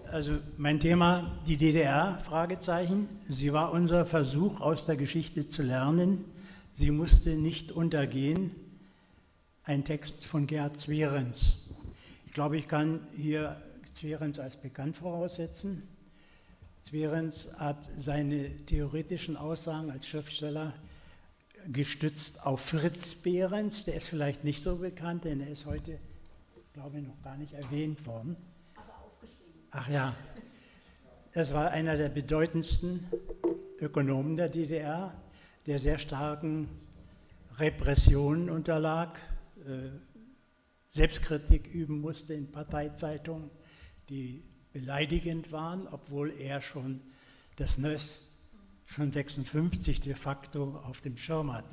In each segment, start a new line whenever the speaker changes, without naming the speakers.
Also mein Thema, die DDR, Fragezeichen. Sie war unser Versuch, aus der Geschichte zu lernen. Sie musste nicht untergehen. Ein Text von Gerhard Zwerenz. Ich glaube, ich kann hier Zwerenz als bekannt voraussetzen. Zwerenz hat seine theoretischen Aussagen als Schriftsteller gestützt auf Fritz Behrens. Der ist vielleicht nicht so bekannt, denn er ist heute, glaube ich, noch gar nicht erwähnt worden. Ach ja, das war einer der bedeutendsten Ökonomen der DDR, der sehr starken Repressionen unterlag, Selbstkritik üben musste in Parteizeitungen, die beleidigend waren, obwohl er schon das NÖS schon 56 de facto auf dem Schirm hatte.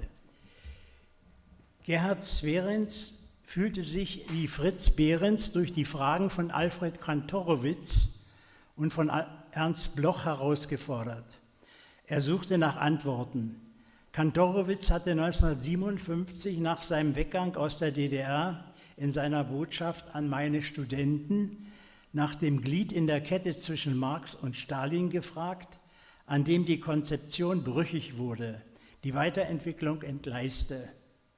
Gerhard Zwerenz fühlte sich wie Fritz Behrens durch die Fragen von Alfred Kantorowicz und von Ernst Bloch herausgefordert. Er suchte nach Antworten. Kantorowicz hatte 1957 nach seinem Weggang aus der DDR in seiner Botschaft an meine Studenten nach dem Glied in der Kette zwischen Marx und Stalin gefragt, an dem die Konzeption brüchig wurde, die Weiterentwicklung entgleiste.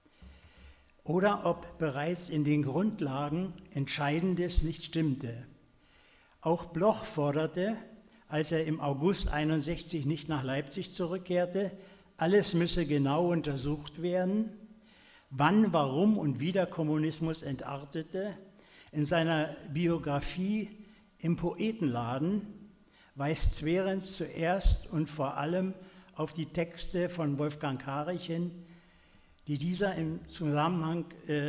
Oder ob bereits in den Grundlagen Entscheidendes nicht stimmte. Auch Bloch forderte, als er im August 1961 nicht nach Leipzig zurückkehrte, alles müsse genau untersucht werden, wann, warum und wie der Kommunismus entartete. In seiner Biografie Im Poetenladen weist Zwerenz zuerst und vor allem auf die Texte von Wolfgang Karich hin, die dieser im Zusammenhang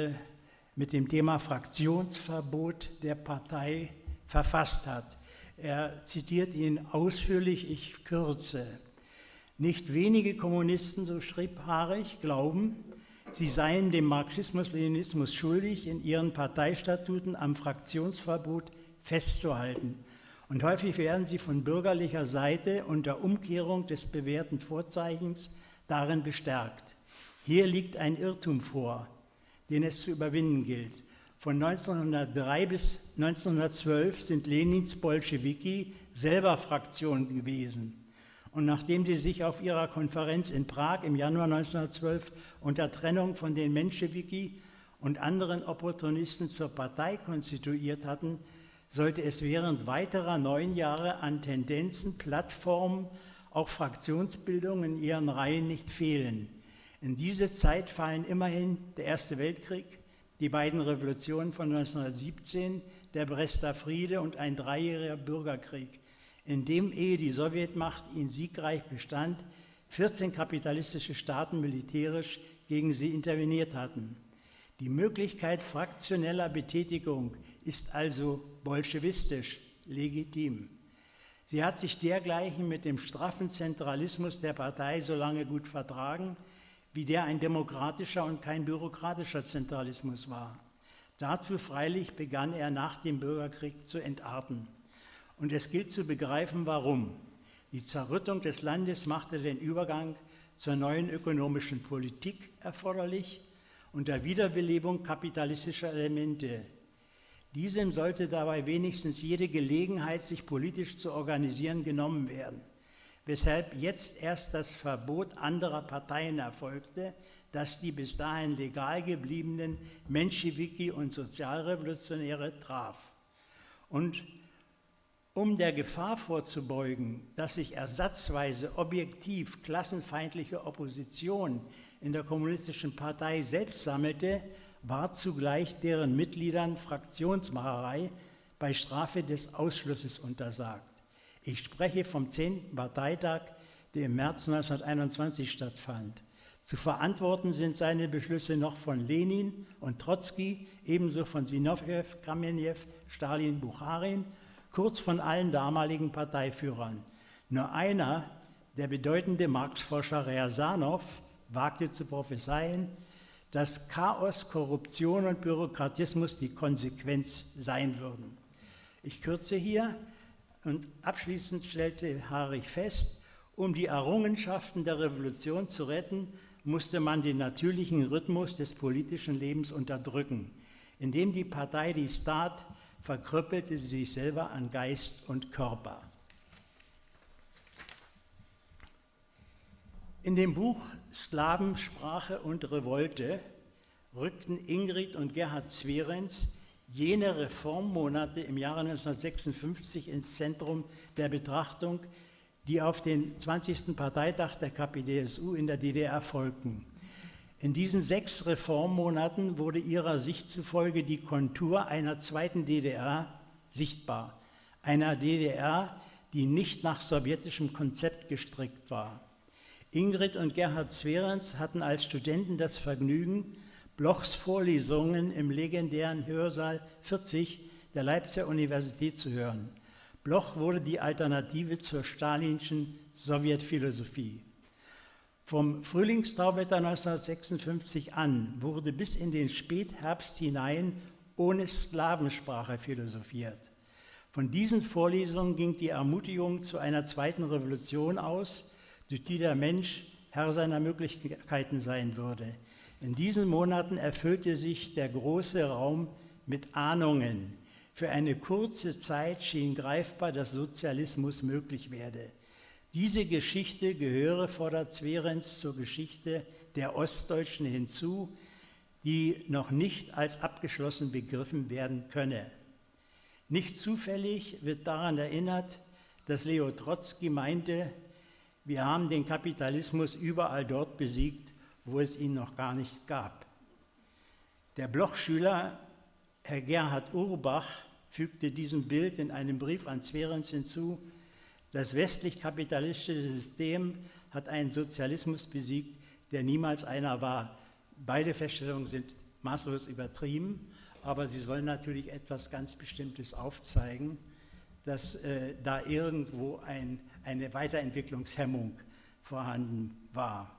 mit dem Thema Fraktionsverbot der Partei verfasst hat. Er zitiert ihn ausführlich, ich kürze. Nicht wenige Kommunisten, so schrieb Karich, glauben, sie seien dem Marxismus-Leninismus schuldig, in ihren Parteistatuten am Fraktionsverbot festzuhalten. Und häufig werden sie von bürgerlicher Seite unter Umkehrung des bewährten Vorzeichens darin bestärkt. Hier liegt ein Irrtum vor, den es zu überwinden gilt. Von 1903 bis 1912 sind Lenins Bolschewiki selber Fraktionen gewesen. Und nachdem sie sich auf ihrer Konferenz in Prag im Januar 1912 unter Trennung von den Menschewiki und anderen Opportunisten zur Partei konstituiert hatten, sollte es während weiterer 9 Jahre an Tendenzen, Plattformen, auch Fraktionsbildung in ihren Reihen nicht fehlen. In diese Zeit fallen immerhin der Erste Weltkrieg, die beiden Revolutionen von 1917, der Brester Friede und ein 3-jähriger Bürgerkrieg, in dem, ehe die Sowjetmacht ihn siegreich bestand, 14 kapitalistische Staaten militärisch gegen sie interveniert hatten. Die Möglichkeit fraktioneller Betätigung ist also bolschewistisch legitim. Sie hat sich dergleichen mit dem straffen Zentralismus der Partei so lange gut vertragen, wie der ein demokratischer und kein bürokratischer Zentralismus war. Dazu freilich begann er nach dem Bürgerkrieg zu entarten. Und es gilt zu begreifen, warum. Die Zerrüttung des Landes machte den Übergang zur neuen ökonomischen Politik erforderlich unter Wiederbelebung kapitalistischer Elemente. Diesem sollte dabei wenigstens jede Gelegenheit, sich politisch zu organisieren, genommen werden, weshalb jetzt erst das Verbot anderer Parteien erfolgte, das die bis dahin legal gebliebenen Menschewiki und Sozialrevolutionäre traf. Und um der Gefahr vorzubeugen, dass sich ersatzweise objektiv klassenfeindliche Opposition in der kommunistischen Partei selbst sammelte, war zugleich deren Mitgliedern Fraktionsmacherei bei Strafe des Ausschlusses untersagt. Ich spreche vom 10. Parteitag, der im März 1921 stattfand. Zu verantworten sind seine Beschlüsse noch von Lenin und Trotzki, ebenso von Sinowjew, Kamenew, Stalin, Bucharin, kurz von allen damaligen Parteiführern. Nur einer, der bedeutende Marx-Forscher Ryazanow, wagte zu prophezeien, dass Chaos, Korruption und Bürokratismus die Konsequenz sein würden. Ich kürze hier und abschließend stellte Karich fest, um die Errungenschaften der Revolution zu retten, musste man den natürlichen Rhythmus des politischen Lebens unterdrücken, indem die Partei die Staat verkrüppelte sie sich selber an Geist und Körper. In dem Buch Slawen, Sprache und Revolte rückten Ingrid und Gerhard Zwerenz jene Reformmonate im Jahre 1956 ins Zentrum der Betrachtung, die auf den 20. Parteitag der KPdSU in der DDR folgten. In diesen 6 Reformmonaten wurde ihrer Sicht zufolge die Kontur einer zweiten DDR sichtbar, einer DDR, die nicht nach sowjetischem Konzept gestrickt war. Ingrid und Gerhard Zwerenz hatten als Studenten das Vergnügen, Blochs Vorlesungen im legendären Hörsaal 40 der Leipziger Universität zu hören. Bloch wurde die Alternative zur stalinschen Sowjetphilosophie. Vom Frühlingstauwetter 1956 an wurde bis in den Spätherbst hinein ohne Slawensprache philosophiert. Von diesen Vorlesungen ging die Ermutigung zu einer zweiten Revolution aus, durch die der Mensch Herr seiner Möglichkeiten sein würde. In diesen Monaten erfüllte sich der große Raum mit Ahnungen. Für eine kurze Zeit schien greifbar, dass Sozialismus möglich werde. Diese Geschichte gehöre, fordert Zwerenz, zur Geschichte der Ostdeutschen hinzu, die noch nicht als abgeschlossen begriffen werden könne. Nicht zufällig wird daran erinnert, dass Leo Trotzki meinte, wir haben den Kapitalismus überall dort besiegt, wo es ihn noch gar nicht gab. Der Bloch-Schüler Herr Gerhard Urbach fügte diesem Bild in einem Brief an Zwerenz hinzu, das westlich-kapitalistische System hat einen Sozialismus besiegt, der niemals einer war. Beide Feststellungen sind maßlos übertrieben, aber sie sollen natürlich etwas ganz Bestimmtes aufzeigen, dass da irgendwo eine Weiterentwicklungshemmung vorhanden war.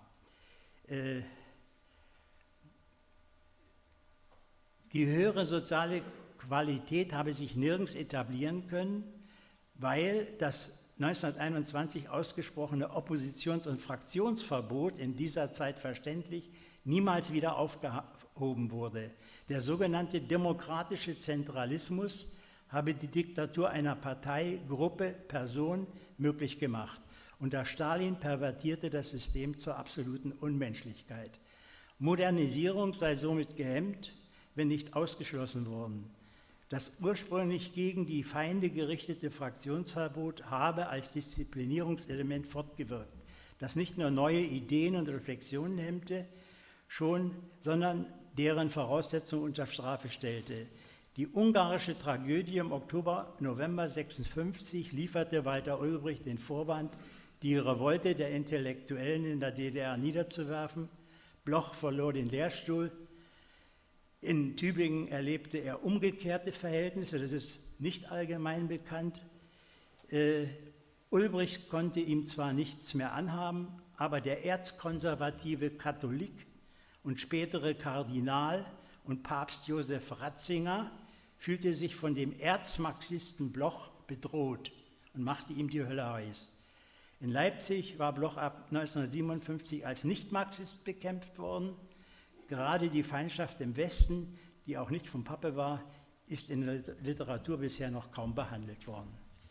Die höhere soziale Qualität habe sich nirgends etablieren können, weil das 1921 ausgesprochene Oppositions- und Fraktionsverbot, in dieser Zeit verständlich, niemals wieder aufgehoben wurde. Der sogenannte demokratische Zentralismus habe die Diktatur einer Partei, Gruppe, Person möglich gemacht. Unter Stalin pervertierte das System zur absoluten Unmenschlichkeit. Modernisierung sei somit gehemmt, wenn nicht ausgeschlossen worden. Das ursprünglich gegen die Feinde gerichtete Fraktionsverbot habe als Disziplinierungselement fortgewirkt, das nicht nur neue Ideen und Reflexionen hemmte, sondern deren Voraussetzungen unter Strafe stellte. Die ungarische Tragödie im Oktober-November 1956 lieferte Walter Ulbricht den Vorwand, die Revolte der Intellektuellen in der DDR niederzuwerfen. Bloch verlor den Lehrstuhl. In Tübingen erlebte er umgekehrte Verhältnisse, das ist nicht allgemein bekannt. Ulbricht konnte ihm zwar nichts mehr anhaben, aber der erzkonservative Katholik und spätere Kardinal und Papst Josef Ratzinger fühlte sich von dem Erzmarxisten Bloch bedroht und machte ihm die Hölle heiß. In Leipzig war Bloch ab 1957 als Nicht-Marxist bekämpft worden. Gerade die Feindschaft im Westen, die auch nicht vom Pappe war, ist in der Literatur bisher noch kaum behandelt worden.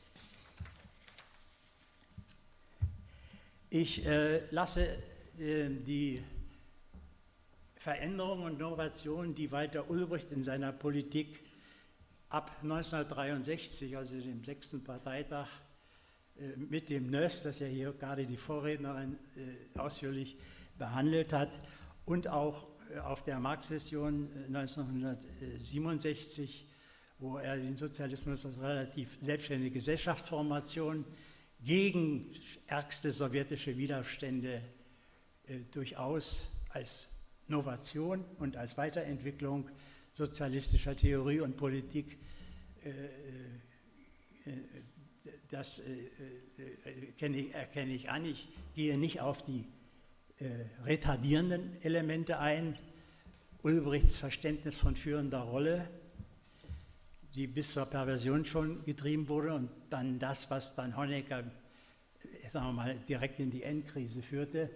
Ich lasse die Veränderungen und Innovationen, die Walter Ulbricht in seiner Politik ab 1963, also dem 6. Parteitag, mit dem NÖS, das ja hier gerade die Vorrednerin ausführlich behandelt hat, und auch auf der Marx-Session 1967, wo er den Sozialismus als relativ selbstständige Gesellschaftsformation gegen ärgste sowjetische Widerstände durchaus als Novation und als Weiterentwicklung sozialistischer Theorie und Politik, das erkenne ich an. Ich gehe nicht auf die retardierenden Elemente ein. Ulbrichts Verständnis von führender Rolle, die bis zur Perversion schon getrieben wurde, und dann das, was dann Honecker, sagen wir mal, direkt in die Endkrise führte,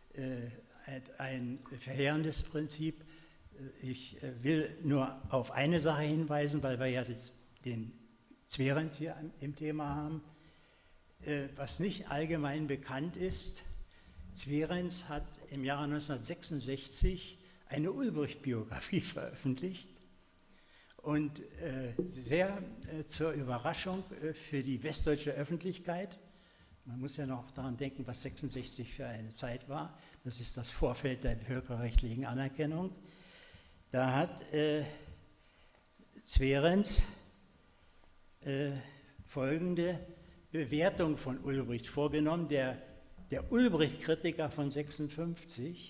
ein verheerendes Prinzip. Ich will nur auf eine Sache hinweisen, weil wir ja den Zverenz hier im Thema haben. Was nicht allgemein bekannt ist, Zverenz hat im Jahre 1966 eine Ulbricht-Biografie veröffentlicht und sehr zur Überraschung für die westdeutsche Öffentlichkeit. Man muss ja noch daran denken, was 1966 für eine Zeit war. Das ist das Vorfeld der völkerrechtlichen Anerkennung. Da hat Zverenz folgende Bewertung von Ulbricht vorgenommen, der Ulbricht-Kritiker von 1956.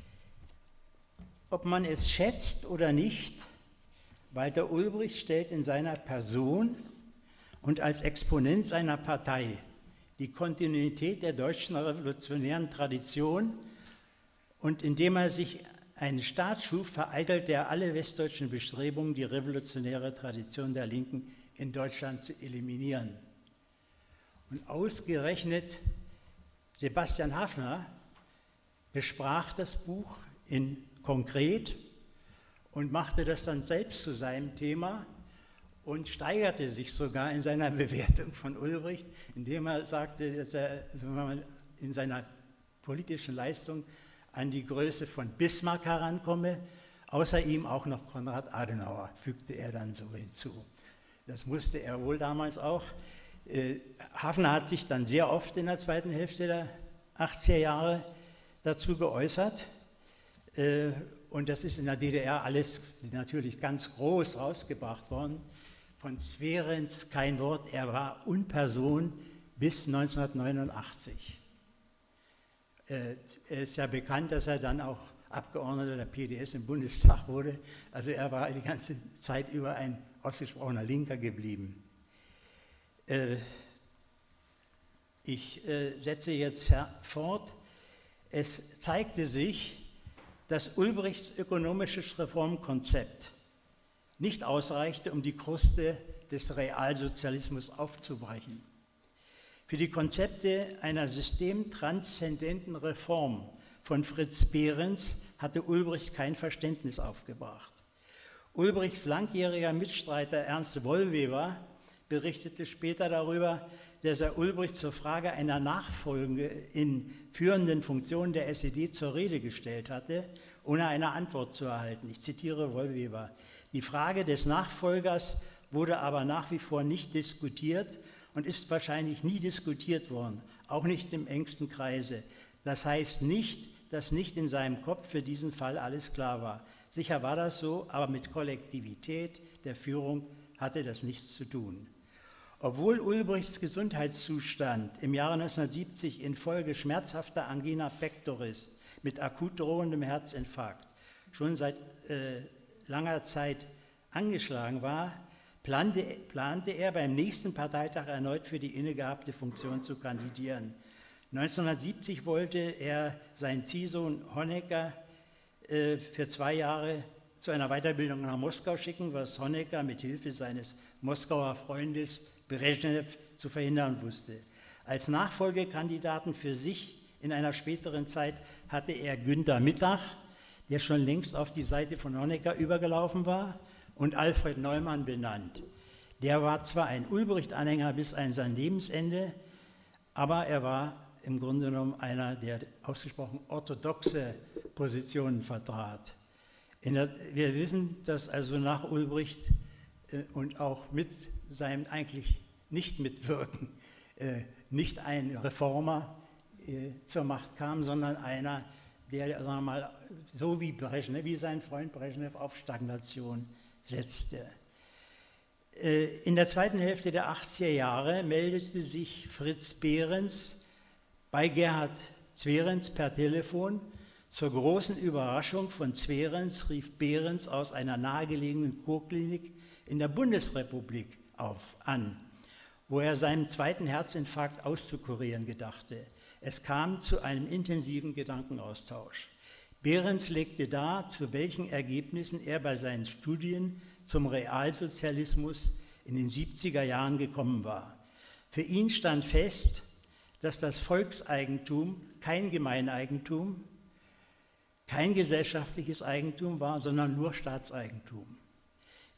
Ob man es schätzt oder nicht, Walter Ulbricht stellt in seiner Person und als Exponent seiner Partei die Kontinuität der deutschen revolutionären Tradition, und indem er sich einen Staat schuf, vereitelte er alle westdeutschen Bestrebungen, die revolutionäre Tradition der Linken in Deutschland zu eliminieren. Und ausgerechnet Sebastian Haffner besprach das Buch konkret und machte das dann selbst zu seinem Thema und steigerte sich sogar in seiner Bewertung von Ulbricht, indem er sagte, dass er in seiner politischen Leistung an die Größe von Bismarck herankomme, außer ihm auch noch Konrad Adenauer, fügte er dann so hinzu. Das musste er wohl damals auch. Haffner hat sich dann sehr oft in der zweiten Hälfte der 80er Jahre dazu geäußert. Und das ist in der DDR alles natürlich ganz groß rausgebracht worden. Von Zverenz kein Wort, er war Unperson bis 1989. Es ist ja bekannt, dass er dann auch Abgeordneter der PDS im Bundestag wurde. Also er war die ganze Zeit über ein ausgesprochener Linker geblieben. Ich setze jetzt fort. Es zeigte sich, dass Ulbrichts ökonomisches Reformkonzept nicht ausreichte, um die Kruste des Realsozialismus aufzubrechen. Für die Konzepte einer systemtranszendenten Reform von Fritz Behrens hatte Ulbricht kein Verständnis aufgebracht. Ulbrichts langjähriger Mitstreiter Ernst Wollweber berichtete später darüber, dass er Ulbricht zur Frage einer Nachfolge in führenden Funktionen der SED zur Rede gestellt hatte, ohne eine Antwort zu erhalten. Ich zitiere Wollweber: Die Frage des Nachfolgers wurde aber nach wie vor nicht diskutiert und ist wahrscheinlich nie diskutiert worden, auch nicht im engsten Kreise. Das heißt nicht, dass nicht in seinem Kopf für diesen Fall alles klar war. Sicher war das so, aber mit Kollektivität der Führung hatte das nichts zu tun. Obwohl Ulbrichts Gesundheitszustand im Jahre 1970 infolge schmerzhafter Angina pectoris mit akut drohendem Herzinfarkt schon seit langer Zeit angeschlagen war, plante er beim nächsten Parteitag erneut für die innegehabte Funktion zu kandidieren. 1970 wollte er seinen Ziehsohn Honecker für 2 Jahre zu einer Weiterbildung nach Moskau schicken, was Honecker mit Hilfe seines Moskauer Freundes Brezhnev zu verhindern wusste. Als Nachfolgekandidaten für sich in einer späteren Zeit hatte er Günter Mittag, der schon längst auf die Seite von Honecker übergelaufen war, und Alfred Neumann benannt. Der war zwar ein Ulbricht-Anhänger bis an sein Lebensende, aber er war im Grunde genommen einer, der ausgesprochen orthodoxe Positionen vertrat. Wir wissen, dass also nach Ulbricht und auch mit seinem eigentlich Nicht-Mitwirken nicht ein Reformer zur Macht kam, sondern einer, der, sagen wir mal, so wie Brezhnev, wie sein Freund Brezhnev, auf Stagnation setzte. In der zweiten Hälfte der 80er Jahre meldete sich Fritz Behrens bei Gerhard Zverenz per Telefon. Zur großen Überraschung von Zverenz rief Behrens aus einer nahegelegenen Kurklinik in der Bundesrepublik an, wo er seinen zweiten Herzinfarkt auszukurieren gedachte. Es kam zu einem intensiven Gedankenaustausch. Behrens legte dar, zu welchen Ergebnissen er bei seinen Studien zum Realsozialismus in den 70er Jahren gekommen war. Für ihn stand fest, dass das Volkseigentum kein Gemeineigentum, kein gesellschaftliches Eigentum war, sondern nur Staatseigentum.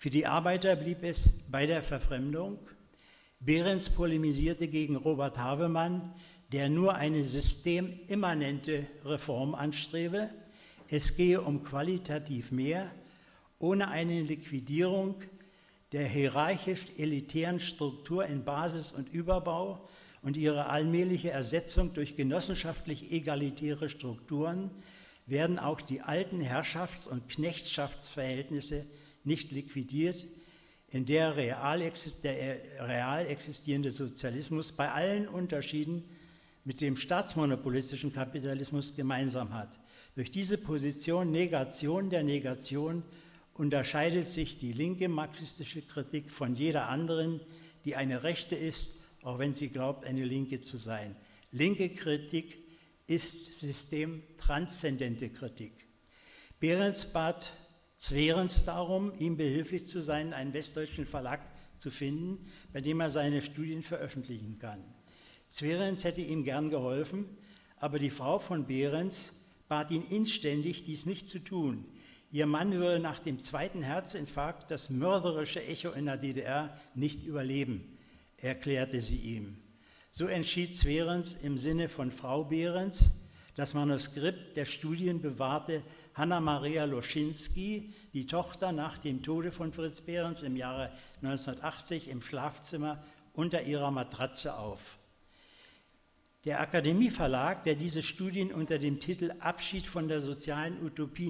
Für die Arbeiter blieb es bei der Verfremdung. Behrens polemisierte gegen Robert Havemann, der nur eine systemimmanente Reform anstrebe. Es gehe um qualitativ mehr, ohne eine Liquidierung der hierarchisch-elitären Struktur in Basis und Überbau und ihre allmähliche Ersetzung durch genossenschaftlich-egalitäre Strukturen werden auch die alten Herrschafts- und Knechtschaftsverhältnisse nicht liquidiert, in der real existierende Sozialismus bei allen Unterschieden mit dem staatsmonopolistischen Kapitalismus gemeinsam hat. Durch diese Position Negation der Negation unterscheidet sich die linke marxistische Kritik von jeder anderen, die eine rechte ist, auch wenn sie glaubt, eine linke zu sein. Linke Kritik ist systemtranszendente Kritik. Behrens bat Zwerens darum, ihm behilflich zu sein, einen westdeutschen Verlag zu finden, bei dem er seine Studien veröffentlichen kann. Zwerens hätte ihm gern geholfen, aber die Frau von Behrens bat ihn inständig, dies nicht zu tun. Ihr Mann würde nach dem zweiten Herzinfarkt das mörderische Echo in der DDR nicht überleben, erklärte sie ihm. So entschied Zwerens im Sinne von Frau Behrens. Das Manuskript der Studien bewahrte Hanna-Maria Loschinski, die Tochter, nach dem Tode von Fritz Behrens im Jahre 1980 im Schlafzimmer unter ihrer Matratze auf. Der Akademie-Verlag, der diese Studien unter dem Titel Abschied von der sozialen Utopie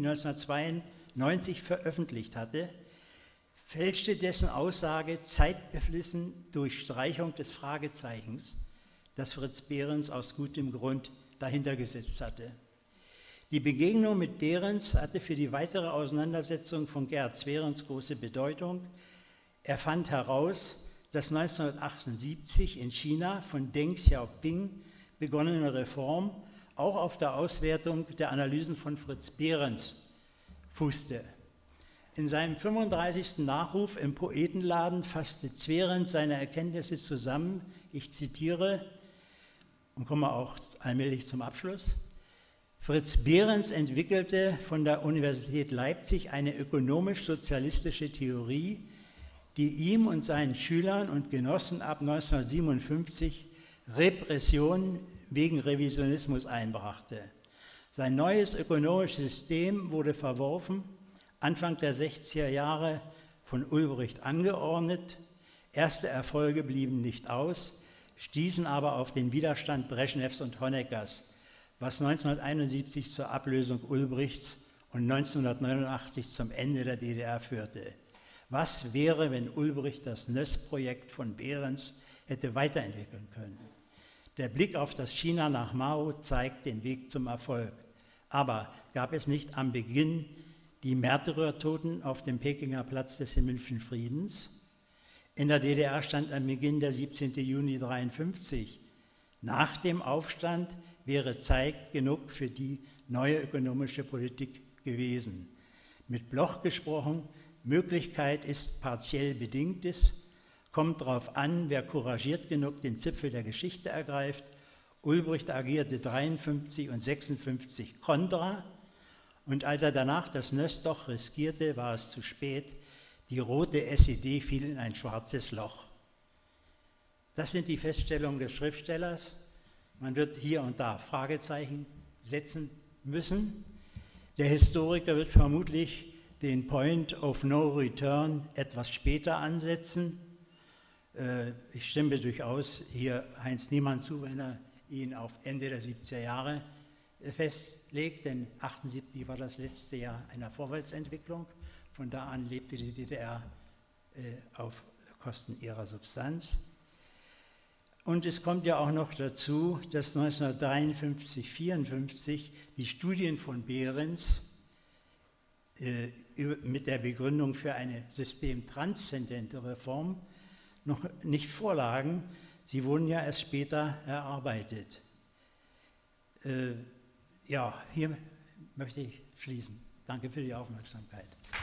1992 veröffentlicht hatte, fälschte dessen Aussage zeitbeflissen durch Streichung des Fragezeichens, das Fritz Behrens aus gutem Grund dahinter gesetzt hatte. Die Begegnung mit Behrens hatte für die weitere Auseinandersetzung von Gerhard Zwerens große Bedeutung. Er fand heraus, dass 1978 in China von Deng Xiaoping begonnene Reform auch auf der Auswertung der Analysen von Fritz Behrens fußte. In seinem 35. Nachruf im Poetenladen fasste Zwerens seine Erkenntnisse zusammen. Ich zitiere und komme auch allmählich zum Abschluss. Fritz Behrens entwickelte von der Universität Leipzig eine ökonomisch-sozialistische Theorie, die ihm und seinen Schülern und Genossen ab 1957 Repression wegen Revisionismus einbrachte. Sein neues ökonomisches System wurde verworfen, Anfang der 60er Jahre von Ulbricht angeordnet. Erste Erfolge blieben nicht aus, stießen aber auf den Widerstand Breschnews und Honeckers, was 1971 zur Ablösung Ulbrichts und 1989 zum Ende der DDR führte. Was wäre, wenn Ulbricht das NÖS-Projekt von Behrens hätte weiterentwickeln können? Der Blick auf das China nach Mao zeigt den Weg zum Erfolg. Aber gab es nicht am Beginn die Märtyrertoten auf dem Pekinger Platz des Himmlischen Friedens? In der DDR stand am Beginn der 17. Juni 1953. Nach dem Aufstand wäre Zeit genug für die neue ökonomische Politik gewesen. Mit Bloch gesprochen, Möglichkeit ist partiell Bedingtes, kommt darauf an, wer couragiert genug den Zipfel der Geschichte ergreift. Ulbricht agierte 1953 und 1956 kontra, und als er danach das NÖS doch riskierte, war es zu spät. Die rote SED fiel in ein schwarzes Loch. Das sind die Feststellungen des Schriftstellers. Man wird hier und da Fragezeichen setzen müssen. Der Historiker wird vermutlich den Point of No Return etwas später ansetzen. Ich stimme durchaus hier Heinz Niemann zu, wenn er ihn auf Ende der 70er Jahre festlegt, denn 1978 war das letzte Jahr einer Vorwärtsentwicklung. Von da an lebte die DDR auf Kosten ihrer Substanz. Und es kommt ja auch noch dazu, dass 1953, 1954 die Studien von Behrens mit der Begründung für eine systemtranszendente Reform noch nicht vorlagen. Sie wurden ja erst später erarbeitet. Ja, hier möchte ich schließen. Danke für die Aufmerksamkeit.